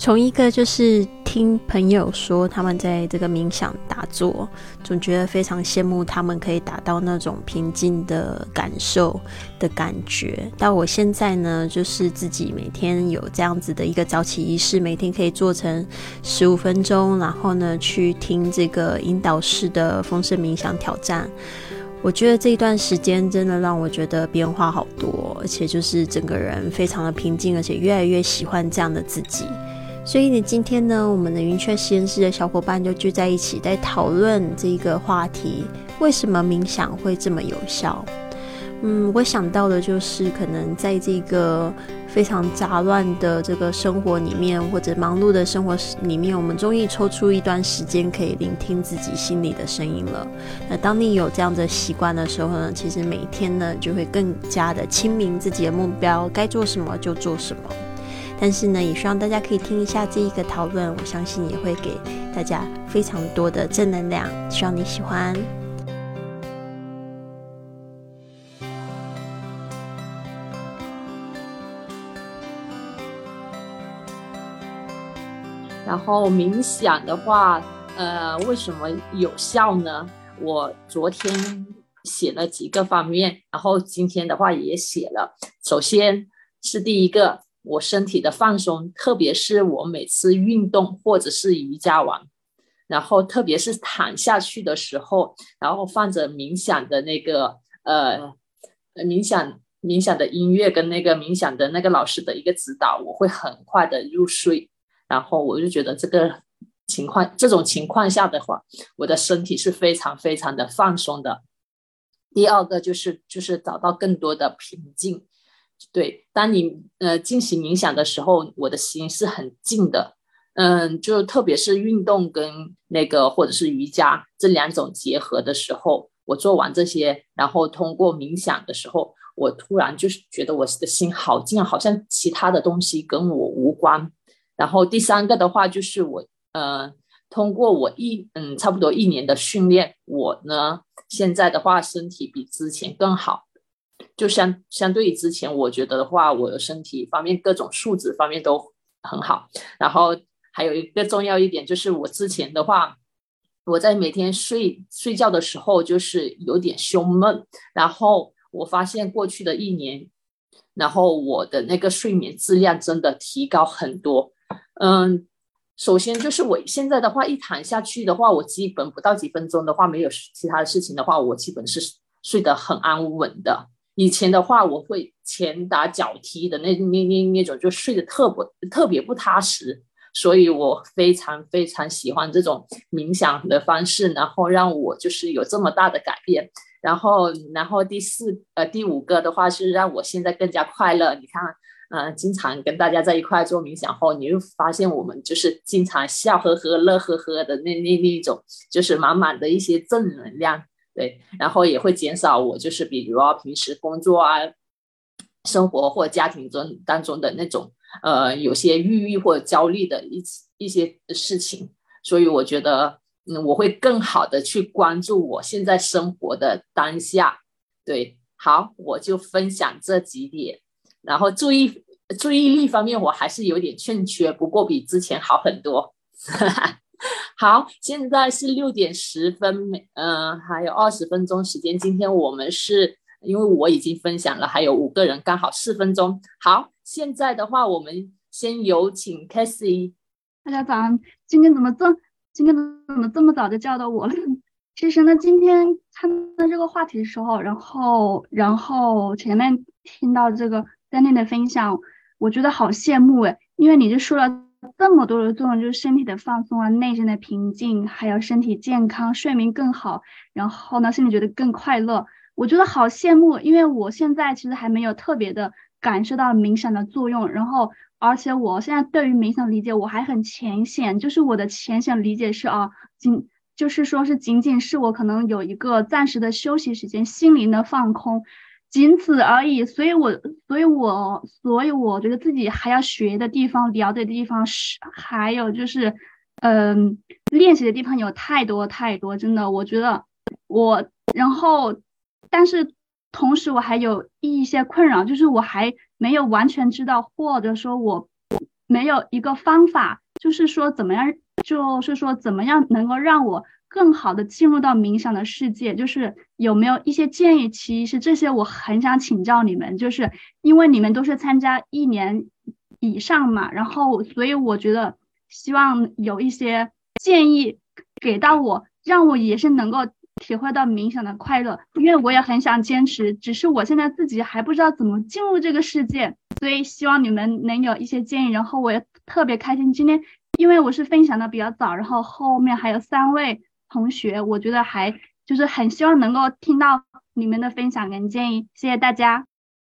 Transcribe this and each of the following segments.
从一个就是听朋友说他们在这个冥想打坐，总觉得非常羡慕他们可以达到那种平静的感受的感觉，到我现在呢，就是自己每天有这样子的一个早起仪式，每天可以做成15分钟，然后呢去听这个引导式的丰盛冥想挑战。我觉得这一段时间真的让我觉得变化好多，而且就是整个人非常的平静，而且越来越喜欢这样的自己。所以今天呢，我们的云雀实验室的小伙伴就聚在一起，在讨论这个话题：为什么冥想会这么有效？我想到的就是可能在这个非常杂乱的这个生活里面，或者忙碌的生活里面，我们终于抽出一段时间可以聆听自己心里的声音了。那当你有这样的习惯的时候呢，其实每一天呢就会更加的清明自己的目标，该做什么就做什么。但是呢，也希望大家可以听一下这一个讨论，我相信也会给大家非常多的正能量，希望你喜欢。 然后冥想的话，为什么有效呢？我昨天写了几个方面，然后今天的话也写了。首先是第一个，我身体的放松，特别是我每次运动或者是瑜伽完，然后特别是躺下去的时候，然后放着冥想的那个冥想的音乐跟那个冥想的那个老师的一个指导，我会很快的入睡。然后我就觉得这种情况下的话，我的身体是非常非常的放松的。第二个就是找到更多的平静。对，当你进行冥想的时候，我的心是很静的。就特别是运动跟那个或者是瑜伽这两种结合的时候，我做完这些，然后通过冥想的时候，我突然就是觉得我的心好静，好像其他的东西跟我无关。然后第三个的话就是我通过我差不多1年的训练，我呢现在的话身体比之前更好。就相对于之前，我觉得的话，我的身体方面各种素质方面都很好。然后还有一个重要一点就是我之前的话，我在每天睡觉的时候就是有点胸闷，然后我发现过去的1年，然后我的那个睡眠质量真的提高很多。首先就是我现在的话，一躺下去的话，我基本不到几分钟的话，没有其他的事情的话，我基本是睡得很安稳的。以前的话，我会前打脚踢的那种，就睡得特别不踏实。所以我非常非常喜欢这种冥想的方式，然后让我就是有这么大的改变。然后第五个的话是让我现在更加快乐。你看，经常跟大家在一块做冥想后，你会发现我们就是经常笑呵呵、乐呵呵的那一种，就是满满的一些正能量。对，然后也会减少我就是比如平时工作啊、生活或家庭当中的那种有些抑郁或者焦虑的一些事情。所以我觉得我会更好的去关注我现在生活的当下。对，好，我就分享这几点。然后注意力方面我还是有点欠缺，不过比之前好很多。好，现在是6:10，还有20分钟时间。今天我们是因为我已经分享了，还有5个人，刚好4分钟。好，现在的话我们先有请 Cassie。 大家早上，今天怎么这么早就叫到我了？其实呢，今天看到这个话题的时候，然后前面听到这个 Danny 的分享，我觉得好羡慕诶，因为你就说了这么多的作用，就是身体的放松啊，内心的平静，还有身体健康，睡眠更好，然后呢，心里觉得更快乐。我觉得好羡慕，因为我现在其实还没有特别的感受到冥想的作用，然后而且我现在对于冥想理解我还很浅显，就是我的浅显理解是就是说是仅仅是我可能有一个暂时的休息时间，心灵的放空，仅此而已。所以我觉得自己还要学的地方、了解的地方还有就是练习的地方有太多太多，真的，我觉得但是同时我还有一些困扰，就是我还没有完全知道，或者说我没有一个方法，就是说怎么样能够让我更好的进入到冥想的世界，就是有没有一些建议？其实这些我很想请教你们，就是因为你们都是参加1年以上嘛，然后所以我觉得希望有一些建议给到我，让我也是能够体会到冥想的快乐，因为我也很想坚持，只是我现在自己还不知道怎么进入这个世界，所以希望你们能有一些建议。然后我也特别开心，今天因为我是分享的比较早，然后后面还有3位同学，我觉得还就是很希望能够听到你们的分享跟建议，谢谢大家。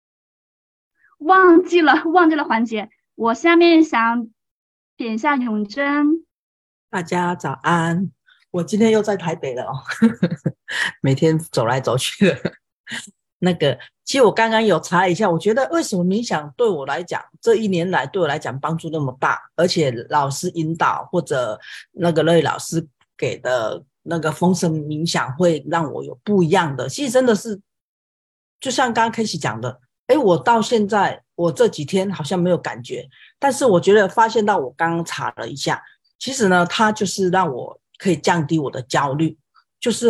忘记了环节，我下面想点一下永贞。 大家早安，我今天又在台北了哦，每天走来走去的。其实我刚刚有查一下，我觉得为什么冥想对我来讲，这1年来对我来讲帮助那么大，而且老师引导或者乐老师给的那个丰盛冥想会让我有不一样的。其实真的是，就像刚刚 Casey 讲的，我到现在我这几天好像没有感觉，但是我觉得发现到我刚刚查了一下，其实呢，它就是让我可以降低我的焦虑，就是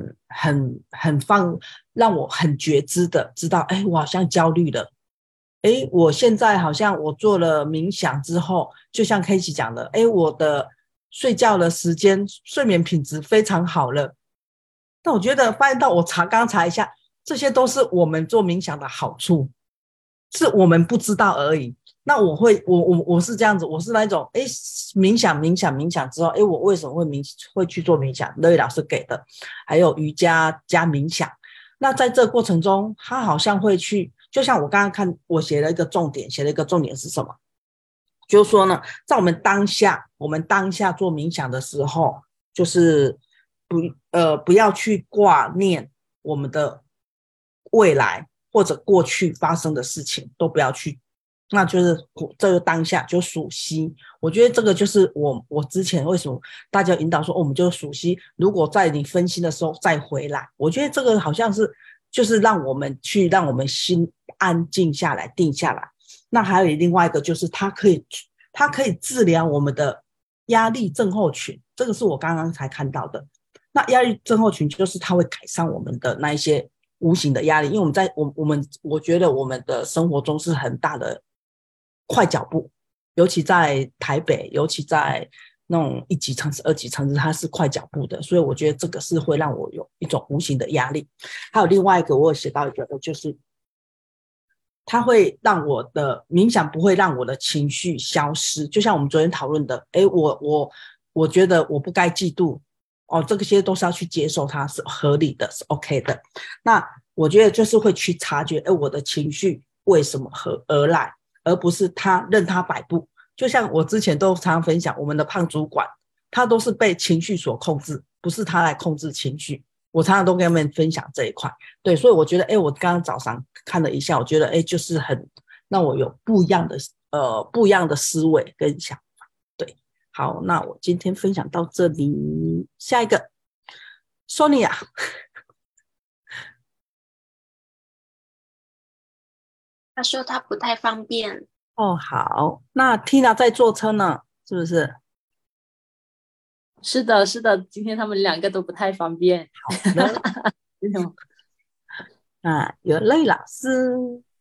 让我很觉知的知道，我好像焦虑了。我现在好像我做了冥想之后，就像 Casey 讲的，我的睡觉的时间、睡眠品质非常好了。那我觉得发现到我刚查一下，这些都是我们做冥想的好处，是我们不知道而已。那我是这样子，我是那种冥想之后，我为什么会去做冥想？乐意老师给的，还有瑜伽加冥想。那在这个过程中，他好像会去，就像我刚刚看我写了一个重点是什么？就是说呢，在我们当下做冥想的时候，就是不要去挂念我们的未来或者过去发生的事情，都不要去，那就是这个当下就数息。我觉得这个就是我之前为什么大家引导说，我们就数息，如果在你分心的时候再回来。我觉得这个好像是就是让我们心安静下来，定下来。那还有另外一个就是它可以治疗我们的压力症候群，这个是我刚刚才看到的。那压力症候群就是它会改善我们的那一些无形的压力，因为我觉得我们的生活中是很大的快脚步，尤其在台北，尤其在那种1级城市、2级城市，它是快脚步的，所以我觉得这个是会让我有一种无形的压力。还有另外一个，我有写到一个，就是它会让我的冥想不会让我的情绪消失，就像我们昨天讨论的，我觉得我不该嫉妒这些都是要去接受，它是合理的，是 OK 的。那我觉得就是会去察觉我的情绪为什么而来，而不是任他摆布。就像我之前都常常分享，我们的胖主管他都是被情绪所控制，不是他来控制情绪。我常常都跟他们分享这一块。对，所以我觉得我刚刚早上看了一下，我觉得就是很让我有不一样的思维跟想法。对，好，那我今天分享到这里，下一个 Sonia。 他说他不太方便。 好，那 Tina 在坐车呢，是不是？ 是的，今天他们2个都不太方便。 好的。那有乐老师。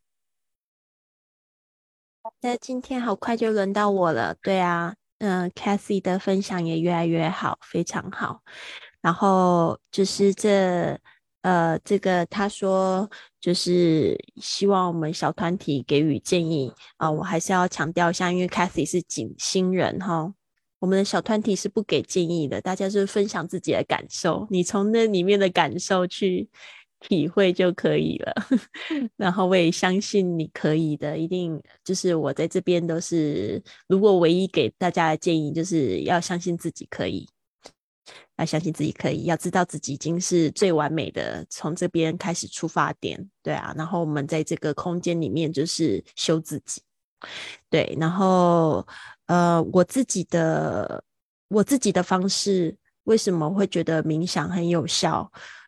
今天好快就轮到我了。对啊，Cathy 的分享也越来越好，非常好。然后就是这个他说就是希望我们小团体给予建议我还是要强调一下，因为 Cathy 是新人哈，我们的小团体是不给建议的，大家就是分享自己的感受，你从那里面的感受去体会就可以了。然后我也相信你可以的，一定就是我在这边都是，如果唯一给大家的建议就是要相信自己可以，要知道自己已经是最完美的，从这边开始出发点。对啊，然后我们在这个空间里面就是修自己。对，然后我自己的方式为什么会觉得冥想很有效，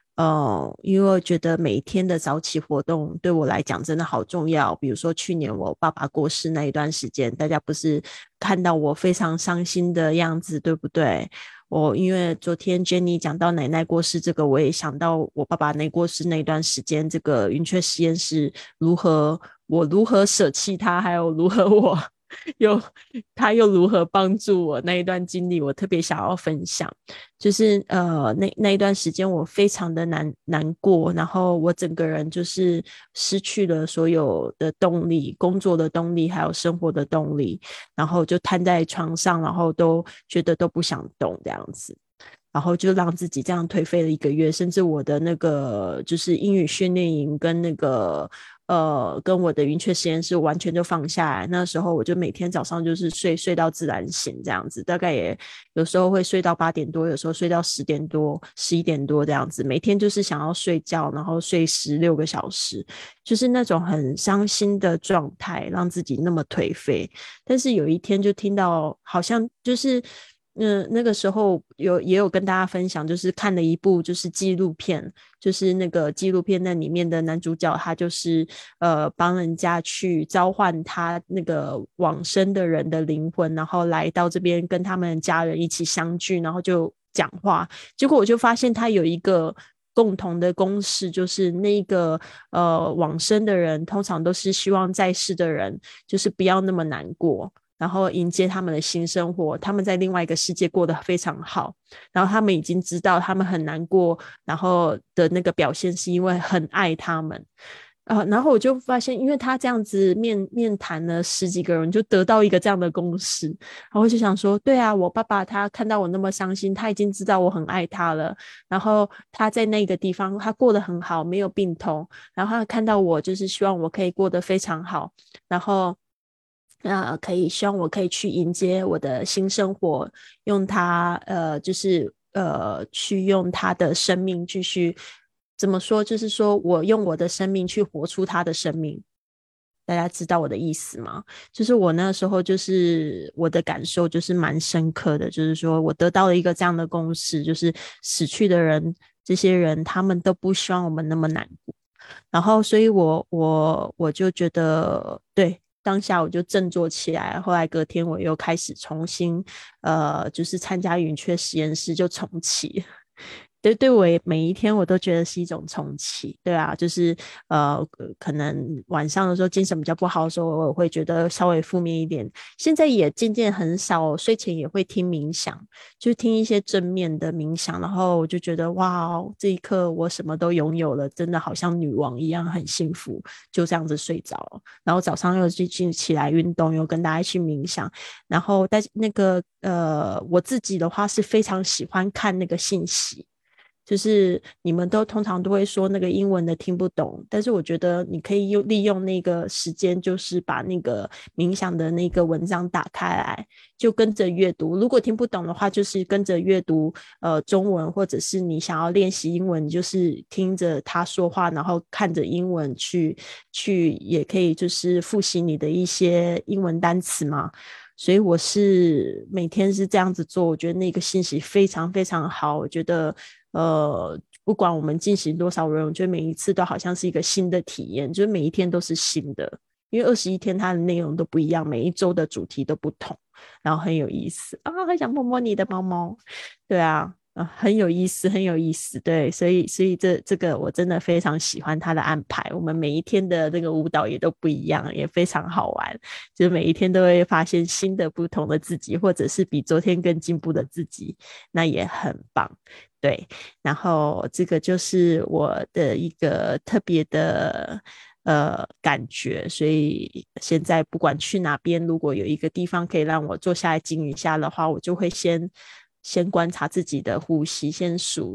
因为我觉得每一天的早起活动对我来讲真的好重要。比如说去年我爸爸过世那一段时间，大家不是看到我非常伤心的样子，对不对？因为昨天 Jenny 讲到奶奶过世这个，我也想到我爸爸过世那段时间，这个云雀实验室我如何舍弃他，还有如何他又如何帮助我那一段经历，我特别想要分享。就是那一段时间我非常的难过，然后我整个人就是失去了所有的动力，工作的动力还有生活的动力，然后就瘫在床上，然后都觉得都不想动这样子，然后就让自己这样颓废了1个月，甚至我的那个就是英语训练营跟跟我的云雀实验室完全就放下来。那时候我就每天早上就是睡到自然醒这样子，大概也有时候会睡到8点多，有时候睡到10点多11点多这样子，每天就是想要睡觉，然后睡16个小时，就是那种很伤心的状态，让自己那么颓废。但是有一天就听到好像就是那个时候也有跟大家分享，就是看了一部就是纪录片，就是那个纪录片那里面的男主角他就是帮人家去召唤他那个往生的人的灵魂，然后来到这边跟他们家人一起相聚，然后就讲话。结果我就发现他有一个共同的公式，就是那个往生的人通常都是希望在世的人就是不要那么难过，然后迎接他们的新生活，他们在另外一个世界过得非常好，然后他们已经知道他们很难过，然后的那个表现是因为很爱他们。然后我就发现，因为他这样子面谈了10几个人，就得到一个这样的公式，然后我就想说，对啊，我爸爸他看到我那么伤心，他已经知道我很爱他了，然后他在那个地方他过得很好，没有病痛，然后他看到我就是希望我可以过得非常好，然后希望我可以去迎接我的新生活，用他去用他的生命继续怎么说，就是说我用我的生命去活出他的生命。大家知道我的意思吗？就是我那时候就是我的感受就是蛮深刻的，就是说我得到了一个这样的公式，就是死去的人，这些人他们都不希望我们那么难过。然后所以我就觉得对，当下我就振作起来，后来隔天我又开始重新就是参加云雀实验室，就重启。对我每一天我都觉得是一种重启，对啊，就是可能晚上的时候精神比较不好的时候，我会觉得稍微负面一点。现在也渐渐很少，睡前也会听冥想，就听一些正面的冥想，然后我就觉得哇，这一刻我什么都拥有了，真的好像女王一样，很幸福，就这样子睡着。然后早上又起来运动，又跟大家一起冥想，然后但那个我自己的话是非常喜欢看那个信息。就是你们通常都会说那个英文的听不懂，但是我觉得你可以利用那个时间，就是把那个冥想的那个文章打开来，就跟着阅读。如果听不懂的话，就是跟着阅读中文，或者是你想要练习英文，就是听着他说话，然后看着英文去也可以就是复习你的一些英文单词嘛。所以我是每天是这样子做，我觉得那个信息非常非常好。我觉得不管我们进行多少人，我觉得每一次都好像是一个新的体验，就是每一天都是新的，因为21天它的内容都不一样，每一周的主题都不同，然后很有意思啊，很想摸摸你的毛毛。对啊，很有意思，很有意思。对，所以这个我真的非常喜欢他的安排。我们每一天的这个舞蹈也都不一样，也非常好玩，就是每一天都会发现新的不同的自己，或者是比昨天更进步的自己，那也很棒。对，然后这个就是我的一个特别的感觉，所以现在不管去哪边，如果有一个地方可以让我坐下来静一下的话，我就会先观察自己的呼吸，先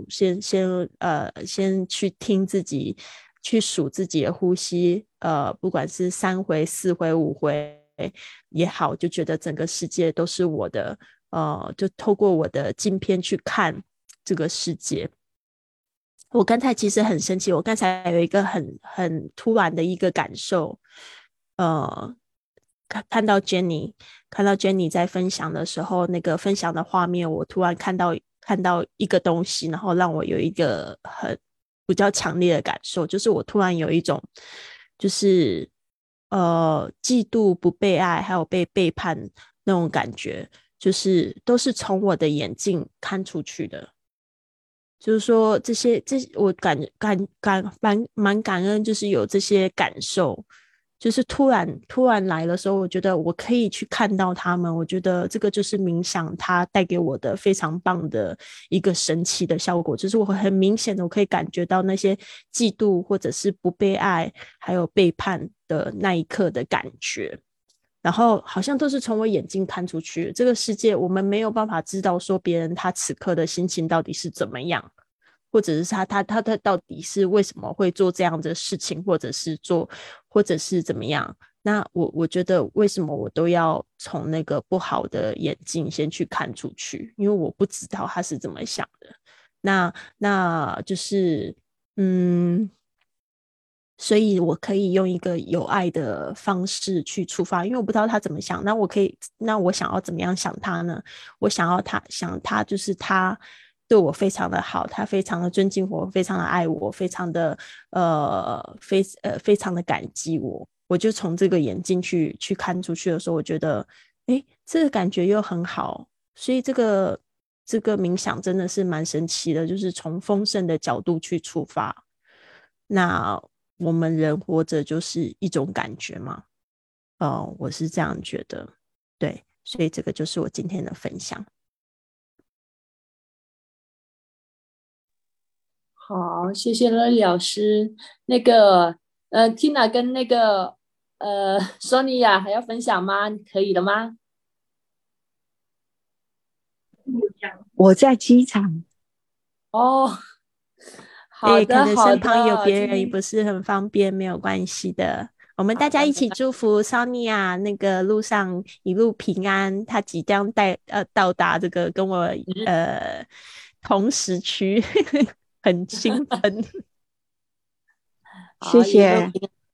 去听自己，去数自己的呼吸，不管是3回、4回、5回也好，就觉得整个世界都是我的，就透过我的镜片去看这个世界。我刚才其实很生气，我刚才有一个很突然的一个感受，看到 Jenny 在分享的时候，那个分享的画面，我突然看到一个东西，然后让我有一个比较强烈的感受，就是我突然有一种就是嫉妒、不被爱还有被背叛那种感觉，就是都是从我的眼睛看出去的。就是说我蛮感恩，就是有这些感受，就是突然来的时候，我觉得我可以去看到他们，我觉得这个就是冥想它带给我的非常棒的一个神奇的效果，就是我很明显的我可以感觉到那些嫉妒或者是不被爱还有背叛的那一刻的感觉，然后好像都是从我眼睛看出去，这个世界我们没有办法知道说别人他此刻的心情到底是怎么样，或者是他到底是为什么会做这样的事情，或者是怎么样。那我觉得为什么我都要从那个不好的眼睛先去看出去，因为我不知道他是怎么想的。那就是所以我可以用一个有爱的方式去出发，因为我不知道他怎么想。那我想要怎么样想他呢？我想他就是他对我非常的好，他非常的尊敬我，非常的爱我，非常的非常的感激我。我就从这个眼睛去看出去的时候，我觉得这个感觉又很好。所以这个冥想真的是蛮神奇的，就是从丰盛的角度去出发。那我们人活着就是一种感觉嘛，我是这样觉得，对，所以这个就是我今天的分享。 好，谢谢乐丽老师。那个Tina 跟那个Sonia 还要分享吗？可以了吗？ 我在机场。 哦，好可的好能身旁有的， 别人也不是很方便，没有关系的。我们大家一起祝福 Sonia 那个路上一路平安，她即将到达这个跟我同时区，很兴奋。 谢谢。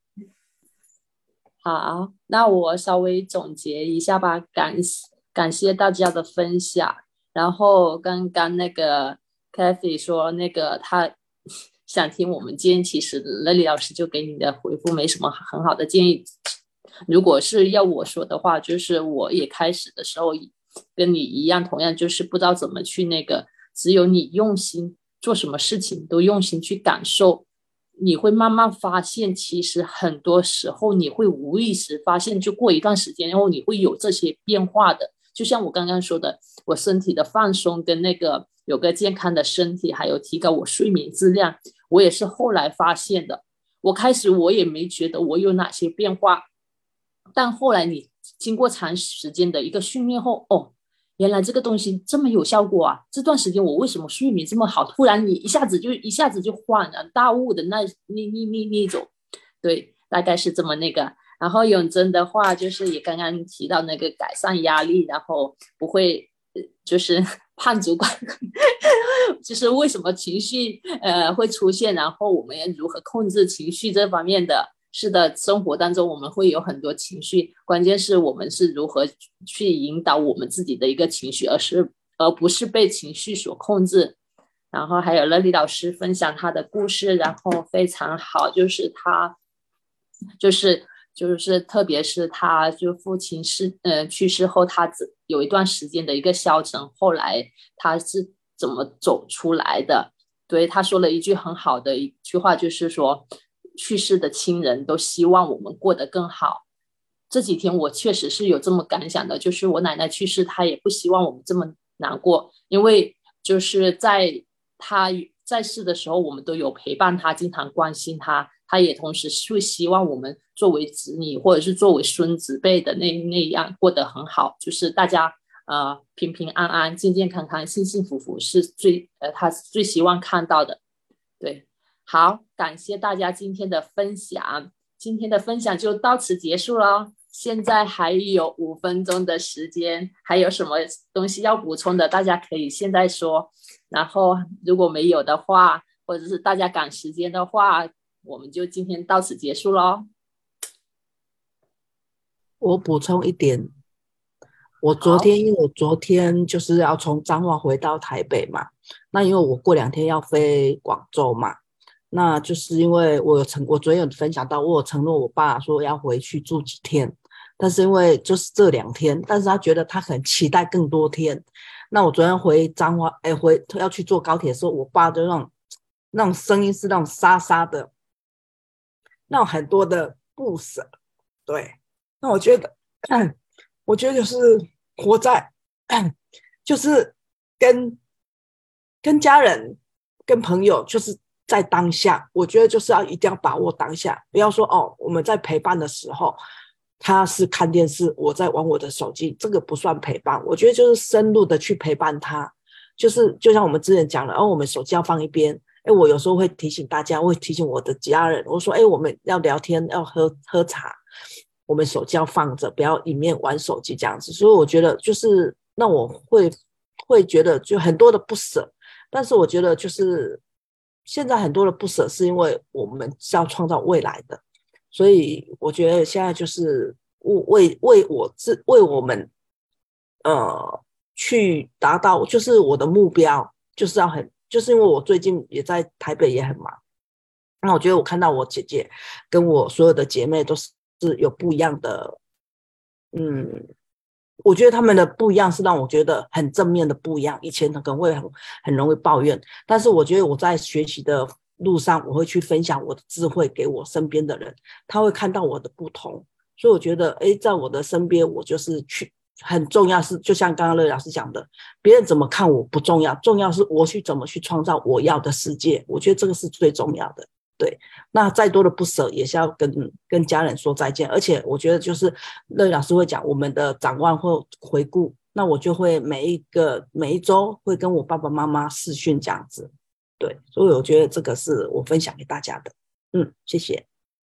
好，那我稍微总结一下吧，感谢大家的分享。然后刚刚那个 Kathy 说那个他想听我们建议，其实乐丽老师就给你的回复没什么很好的建议。如果是要我说的话，就是我也开始的时候跟你一样，同样就是不知道怎么去那个，只有你用心做什么事情都用心去感受，你会慢慢发现，其实很多时候你会无意识发现，就过一段时间，然后你会有这些变化的。就像我刚刚说的，我身体的放松跟那个有个健康的身体，还有提高我睡眠质量，我也是后来发现的。我开始我也没觉得我有哪些变化，但后来你经过长时间的一个训练后，原来这个东西这么有效果啊！这段时间我为什么睡眠这么好？突然你一下子就恍然大悟的那种，对，大概是这么那个。然后永贞的话，就是也刚刚提到那个改善压力，然后不会就是判主管，就是为什么情绪会出现，然后我们如何控制情绪这方面的。是的，生活当中我们会有很多情绪，关键是我们是如何去引导我们自己的一个情绪，而不是被情绪所控制。然后还有乐丽老师分享他的故事，然后非常好，就是他就是特别是他就父亲去世后，他有一段时间的一个消沉，后来他是怎么走出来的。对，他说了一句很好的一句话，就是说去世的亲人都希望我们过得更好。这几天我确实是有这么感想的，就是我奶奶去世，她也不希望我们这么难过，因为就是在她在世的时候，我们都有陪伴她，经常关心她，她也同时会希望我们作为子女或者是作为孙子辈的那样过得很好，就是大家平平安安、健健康康、幸幸福福是她最希望看到的。对，好，感谢大家今天的分享，今天的分享就到此结束了。现在还有5分钟的时间，还有什么东西要补充的，大家可以现在说。然后如果没有的话，或者是大家赶时间的话，我们就今天到此结束咯。 我补充一点，因为我昨天就是要从彰化回到台北嘛，那因为我过2天要飞广州嘛， 那就是因为我昨天有分享到，我有承诺我爸说要回去住几天，但是因为就是这2天，但是他觉得他很期待更多天。那我昨天回彰化，要去坐高铁的时候，我爸就那种声音是那种沙沙的，那种很多的不舍。对，那我觉得就是活在就是跟家人跟朋友就是在当下，我觉得就是一定要把握当下，不要说我们在陪伴的时候他是看电视，我在玩我的手机，这个不算陪伴。我觉得就是深入的去陪伴他，就像我们之前讲了，我们手机要放一边。我有时候会提醒大家，会提醒我的家人，我说我们要聊天要喝茶，我们手机要放着，不要一面玩手机这样子。所以我觉得就是那我会觉得就很多的不舍，但是我觉得就是现在很多的不舍是因为我们是要创造未来的，所以我觉得现在就是为我们去达到，就是我的目标就是因为我最近也在台北也很忙，那我觉得我看到我姐姐跟我所有的姐妹都是有不一样的，我觉得他们的不一样是让我觉得很正面的不一样。以前可能会很容易抱怨，但是我觉得我在学习的路上，我会去分享我的智慧给我身边的人，他会看到我的不同。所以我觉得在我的身边，我就是很重要是就像刚刚乐老师讲的，别人怎么看我不重要，重要是我怎么去创造我要的世界。我觉得这个是最重要的。对，那再多的不舍也是要跟家人说再见。而且我觉得就是乐老师会讲我们的展望或回顾，那我就会每一周会跟我爸爸妈妈视讯这样子。对，所以我觉得这个是我分享给大家的。谢谢。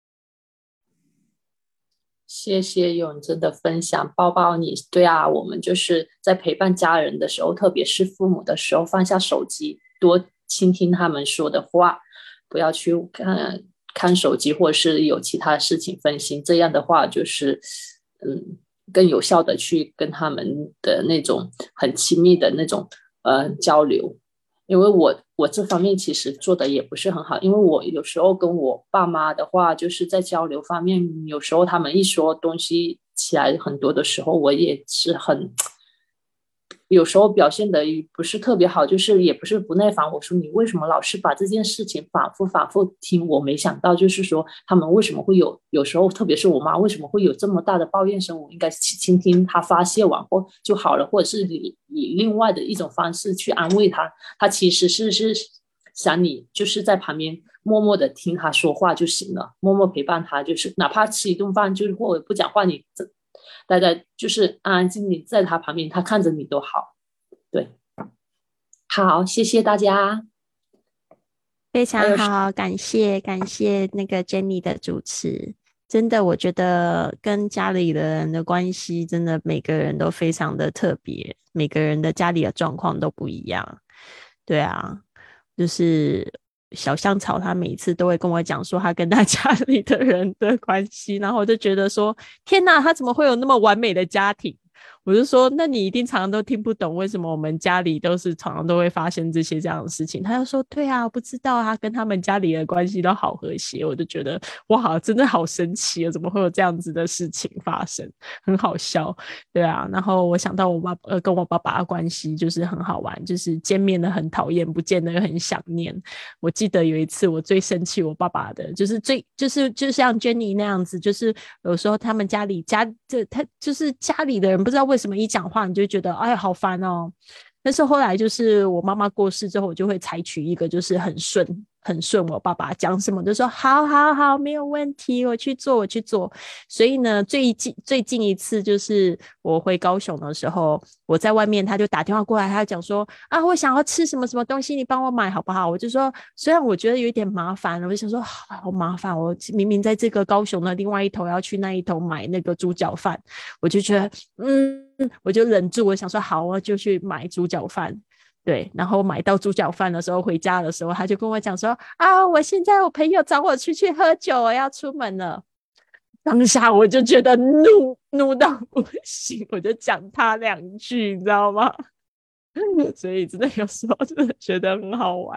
谢谢永贞的分享，抱抱你。对啊，我们就是在陪伴家人的时候，特别是父母的时候，放下手机，多倾听他们说的话，不要去看手机或者是有其他事情分心。这样的话就是更有效的去跟他们的那种很亲密的那种交流。因为我这方面其实做的也不是很好，因为我有时候跟我爸妈的话，就是在交流方面，有时候他们一说东西起来很多的时候，我也是有时候表现的不是特别好，就是也不是不耐烦。我说你为什么老是把这件事情反复听？我没想到就是说他们为什么会有时候，特别是我妈为什么会有这么大的抱怨声，我应该倾听她发泄完后就好了，或者是以另外的一种方式去安慰她。她其实是想你就是在旁边默默的听她说话就行了，默默陪伴她，就是哪怕吃一顿饭就是或者不讲话，你大家就是安安静静在他旁边，他看着你都好。对，好，谢谢大家， 非常好，感谢那个 Jenny 的主持。真的，我觉得跟家里的人的关系，真的每个人都非常的特别，每个人的家里的状况都不一样。对啊，就是小香草他每次都会跟我讲说他跟他家里的人的关系，然后我就觉得说天哪，他怎么会有那么完美的家庭？我就说那你一定常常都听不懂为什么我们家里都是常常都会发生这样的事情。他就说对啊，不知道他跟他们家里的关系都好和谐。我就觉得哇，真的好神奇啊，怎么会有这样子的事情发生，很好笑。对啊，然后我想到我跟我爸爸的关系就是很好玩，就是见面的很讨厌，不见得很想念。我记得有一次我最生气我爸爸的就像 Jenny 那样子，就是有时候他们家里他就是家里的人不知道为什么一讲话你就觉得哎好烦哦。但是后来就是我妈妈过世之后，我就会采取一个就是很顺我爸爸讲什么就说好没有问题，我去做。所以呢最近一次就是我回高雄的时候，我在外面他就打电话过来，他就讲说啊我想要吃什么东西，你帮我买好不好？我就说虽然我觉得有一点麻烦，我就想说好麻烦，我明明在这个高雄的另外一头要去那一头买那个猪脚饭，我就觉得我就忍住，我想说好，我就去买猪脚饭。对，然后买到猪脚饭的时候，回家的时候他就跟我讲说啊我现在我朋友找我出去喝酒，我要出门了。当下我就觉得怒到不行，我就讲他2句你知道吗？所以真的有时候真的觉得很好玩。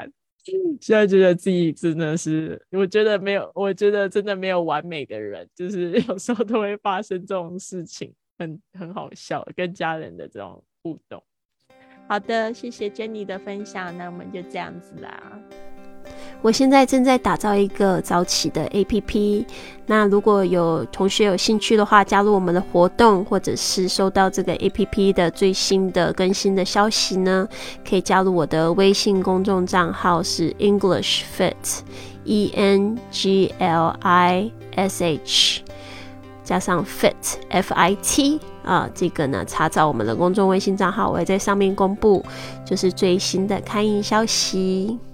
现在觉得自己真的是，我觉得真的没有完美的人，就是有时候都会发生这种事情，很好笑，跟家人的这种互动。好的，谢谢 Jenny 的分享，那我们就这样子啦。 我现在正在打造一个早起的 APP， 那如果有同学有兴趣的话，加入我们的活动，或者是收到这个 APP 的最新的更新的消息呢，可以加入我的微信公众账号是 English Fit ENGLISH 加上 Fit FIT 这个呢查找我们的公众微信账号，我会在上面公布就是最新的开营消息。